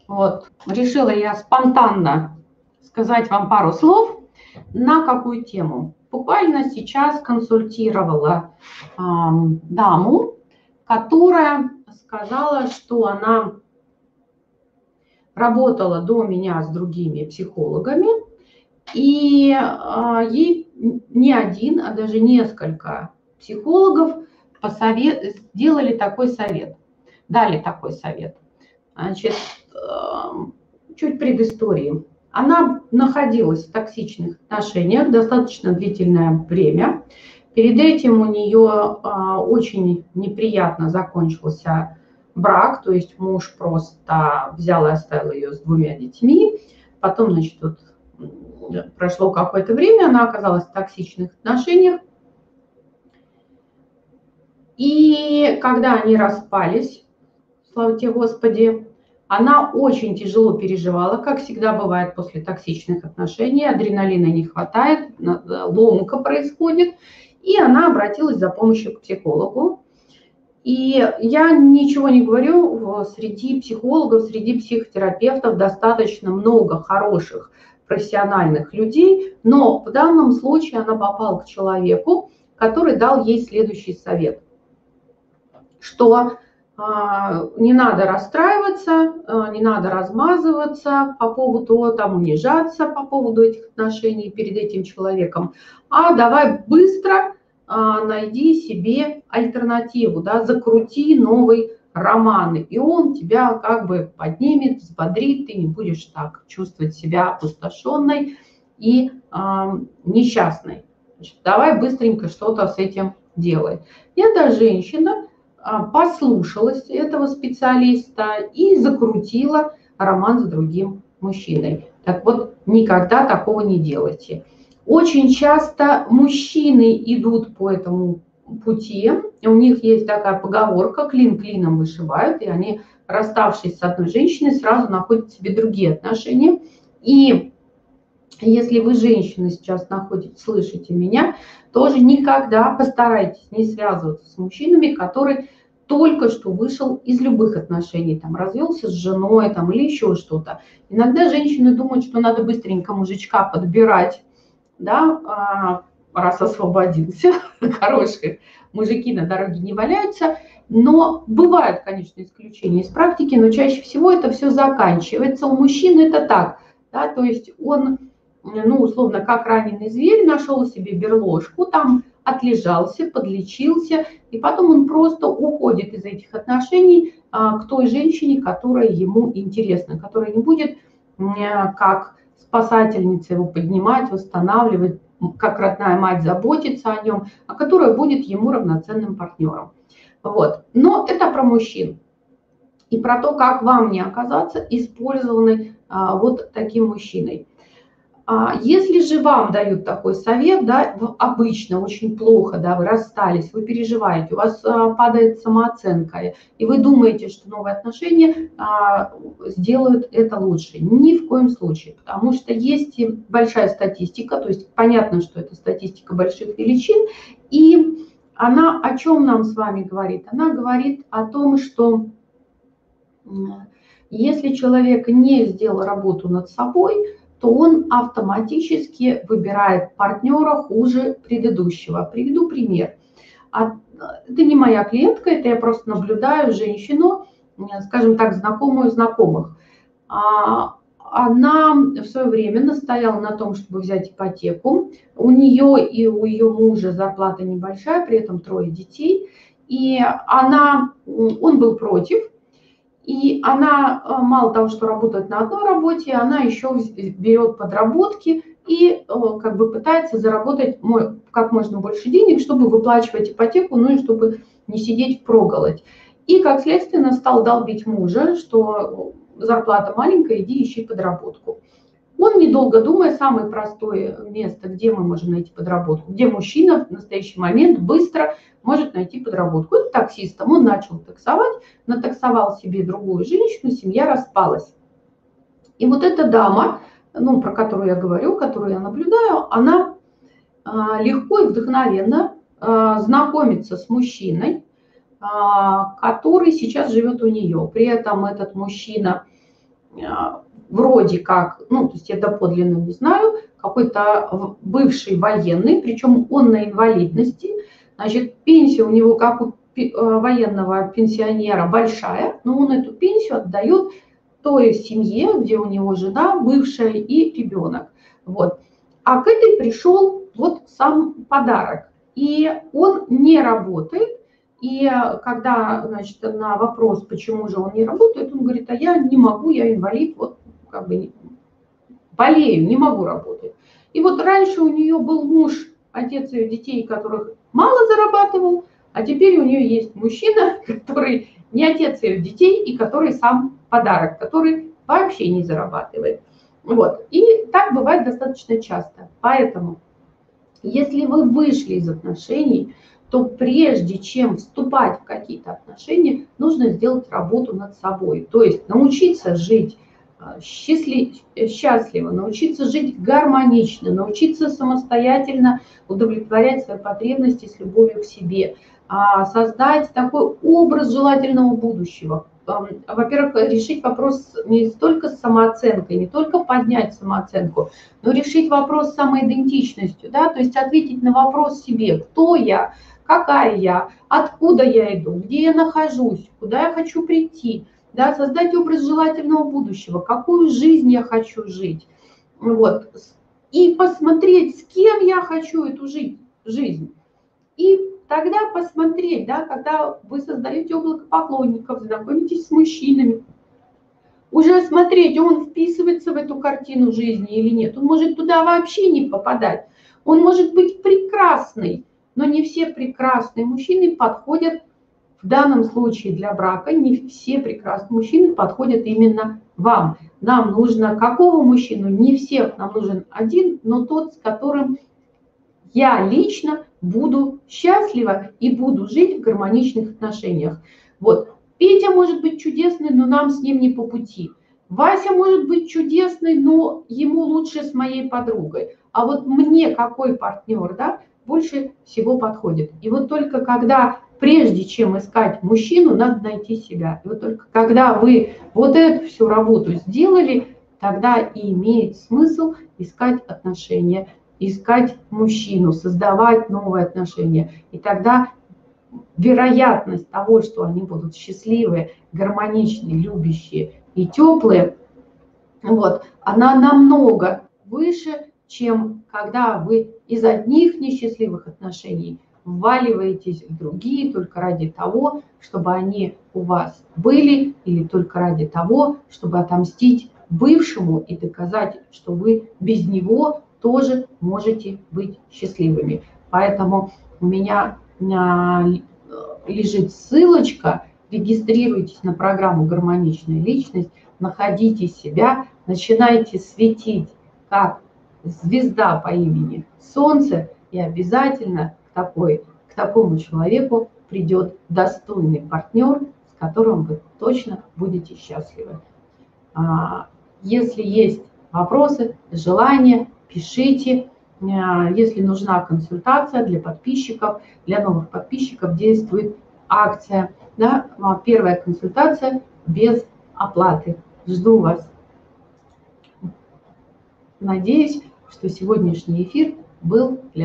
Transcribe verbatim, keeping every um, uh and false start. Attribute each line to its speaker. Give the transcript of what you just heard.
Speaker 1: Вот, решила я спонтанно сказать вам пару слов. На какую тему? Буквально сейчас консультировала э, даму, которая сказала, что она работала до меня с другими психологами, и э, ей не один, а даже несколько психологов посовет... сделали такой совет, дали такой совет. Значит, чуть предыстории. Она находилась в токсичных отношениях достаточно длительное время. Перед этим у нее очень неприятно закончился брак, то есть муж просто взял и оставил ее с двумя детьми. Потом, значит, вот прошло какое-то время, она оказалась в токсичных отношениях. И когда они распались, слава тебе Господи, она очень тяжело переживала, как всегда бывает после токсичных отношений, адреналина не хватает, ломка происходит, и она обратилась за помощью к психологу. И я ничего не говорю, среди психологов, среди психотерапевтов достаточно много хороших профессиональных людей, но в данном случае она попала к человеку, который дал ей следующий совет, что не надо расстраиваться, не надо размазываться по поводу, там, унижаться по поводу этих отношений перед этим человеком, а давай быстро найди себе альтернативу, да, закрути новый роман, и он тебя как бы поднимет, взбодрит, ты не будешь так чувствовать себя опустошенной и э, несчастной. Значит, давай быстренько что-то с этим делай. И эта женщина послушалась этого специалиста и закрутила роман с другим мужчиной. Так вот, никогда такого не делайте. Очень часто мужчины идут по этому пути, у них есть такая поговорка: клин клином вышибают, и они, расставшись с одной женщиной, сразу находят себе другие отношения. И если вы, женщина, сейчас находите, слышите меня, тоже никогда постарайтесь не связываться с мужчинами, который только что вышел из любых отношений, там, развелся с женой, там, или еще что-то. Иногда женщины думают, что надо быстренько мужичка подбирать, да, раз освободился. Хорошие мужики на дороге не валяются. Но бывают, конечно, исключения из практики, но чаще всего это все заканчивается. У мужчин это так, да, то есть он, ну, условно, как раненый зверь, нашел себе берложку, там отлежался, подлечился, и потом он просто уходит из этих отношений а, к той женщине, которая ему интересна, которая не будет а, как спасательница его поднимать, восстанавливать, как родная мать заботиться о нем, а которая будет ему равноценным партнером. Вот. Но это про мужчин. И про то, как вам не оказаться использованной а, вот таким мужчиной. Если же вам дают такой совет, да, обычно очень плохо, да, вы расстались, вы переживаете, у вас а, падает самооценка, и вы думаете, что новые отношения а, сделают это лучше. Ни в коем случае, потому что есть большая статистика, то есть понятно, что это статистика больших величин, и она о чем нам с вами говорит? Она говорит о том, что если человек не сделал работу над собой, то он автоматически выбирает партнера хуже предыдущего. Приведу пример. Это не моя клиентка, это я просто наблюдаю женщину, скажем так, знакомую знакомых. Она в свое время настояла на том, чтобы взять ипотеку. У нее и у ее мужа зарплата небольшая, при этом трое детей. И она, он был против. И она мало того, что работает на одной работе, она еще берет подработки и как бы пытается заработать как можно больше денег, чтобы выплачивать ипотеку, ну и чтобы не сидеть впроголодь. И, как следствие, стал долбить мужа, что зарплата маленькая, иди ищи подработку. Он, недолго думая, самое простое место, где мы можем найти подработку, где мужчина в настоящий момент быстро может найти подработку. Это таксистом. Он начал таксовать, натаксовал себе другую женщину, семья распалась. И вот эта дама, ну, про которую я говорю, которую я наблюдаю, она а, легко и вдохновенно а, знакомится с мужчиной, а, который сейчас живет у нее. При этом этот мужчина вроде как, ну, то есть я доподлинно не знаю, какой-то бывший военный, причем он на инвалидности, значит, пенсия у него, как у военного пенсионера, большая, но он эту пенсию отдает той семье, где у него жена бывшая и ребенок. Вот. А к этой пришел вот сам подарок. И он не работает. И когда, значит, на вопрос, почему же он не работает, он говорит, а я не могу, я инвалид, вот как бы болею, не могу работать. И вот раньше у нее был муж, отец ее детей, которых мало зарабатывал, а теперь у нее есть мужчина, который не отец ее детей и который сам подарок, который вообще не зарабатывает. Вот. И так бывает достаточно часто. Поэтому, если вы вышли из отношений, то прежде чем вступать в какие-то отношения, нужно сделать работу над собой. То есть научиться жить счастливо, научиться жить гармонично, научиться самостоятельно удовлетворять свои потребности с любовью к себе, создать такой образ желательного будущего. Во-первых, решить вопрос не столько с самооценкой, не только поднять самооценку, но решить вопрос с самоидентичностью, да, то есть ответить на вопрос себе, кто я, какая я, откуда я иду, где я нахожусь, куда я хочу прийти, да, создать образ желательного будущего, какую жизнь я хочу жить, вот, и посмотреть, с кем я хочу эту жить, жизнь. И тогда посмотреть, да, когда вы создаете облако поклонников, знакомитесь с мужчинами, уже смотреть, он вписывается в эту картину жизни или нет. Он может туда вообще не попадать. Он может быть прекрасный, но не все прекрасные мужчины подходят в данном случае для брака. Не все прекрасные мужчины подходят именно вам. Нам нужно какого мужчину? Не всех. Нам нужен один, но тот, с которым я лично буду счастлива и буду жить в гармоничных отношениях. Вот. Петя может быть чудесный, но нам с ним не по пути. Вася может быть чудесный, но ему лучше с моей подругой. А вот мне какой партнер, да, больше всего подходит. И вот только когда, прежде чем искать мужчину, надо найти себя. И вот только когда вы вот эту всю работу сделали, тогда и имеет смысл искать отношения, искать мужчину, создавать новые отношения. И тогда вероятность того, что они будут счастливые, гармоничные, любящие и теплые, вот, она намного выше, чем когда вы из одних несчастливых отношений вваливаетесь в другие только ради того, чтобы они у вас были, или только ради того, чтобы отомстить бывшему и доказать, что вы без него тоже можете быть счастливыми. Поэтому у меня лежит ссылочка, регистрируйтесь на программу «Гармоничная личность», находите себя, начинайте светить как звезда по имени Солнце, и обязательно к, такой, к такому человеку придет достойный партнер, с которым вы точно будете счастливы. Если есть вопросы, желания, пишите. Если нужна консультация для подписчиков, для новых подписчиков действует акция. Да? Первая консультация без оплаты. Жду вас. Надеюсь, что сегодняшний эфир был для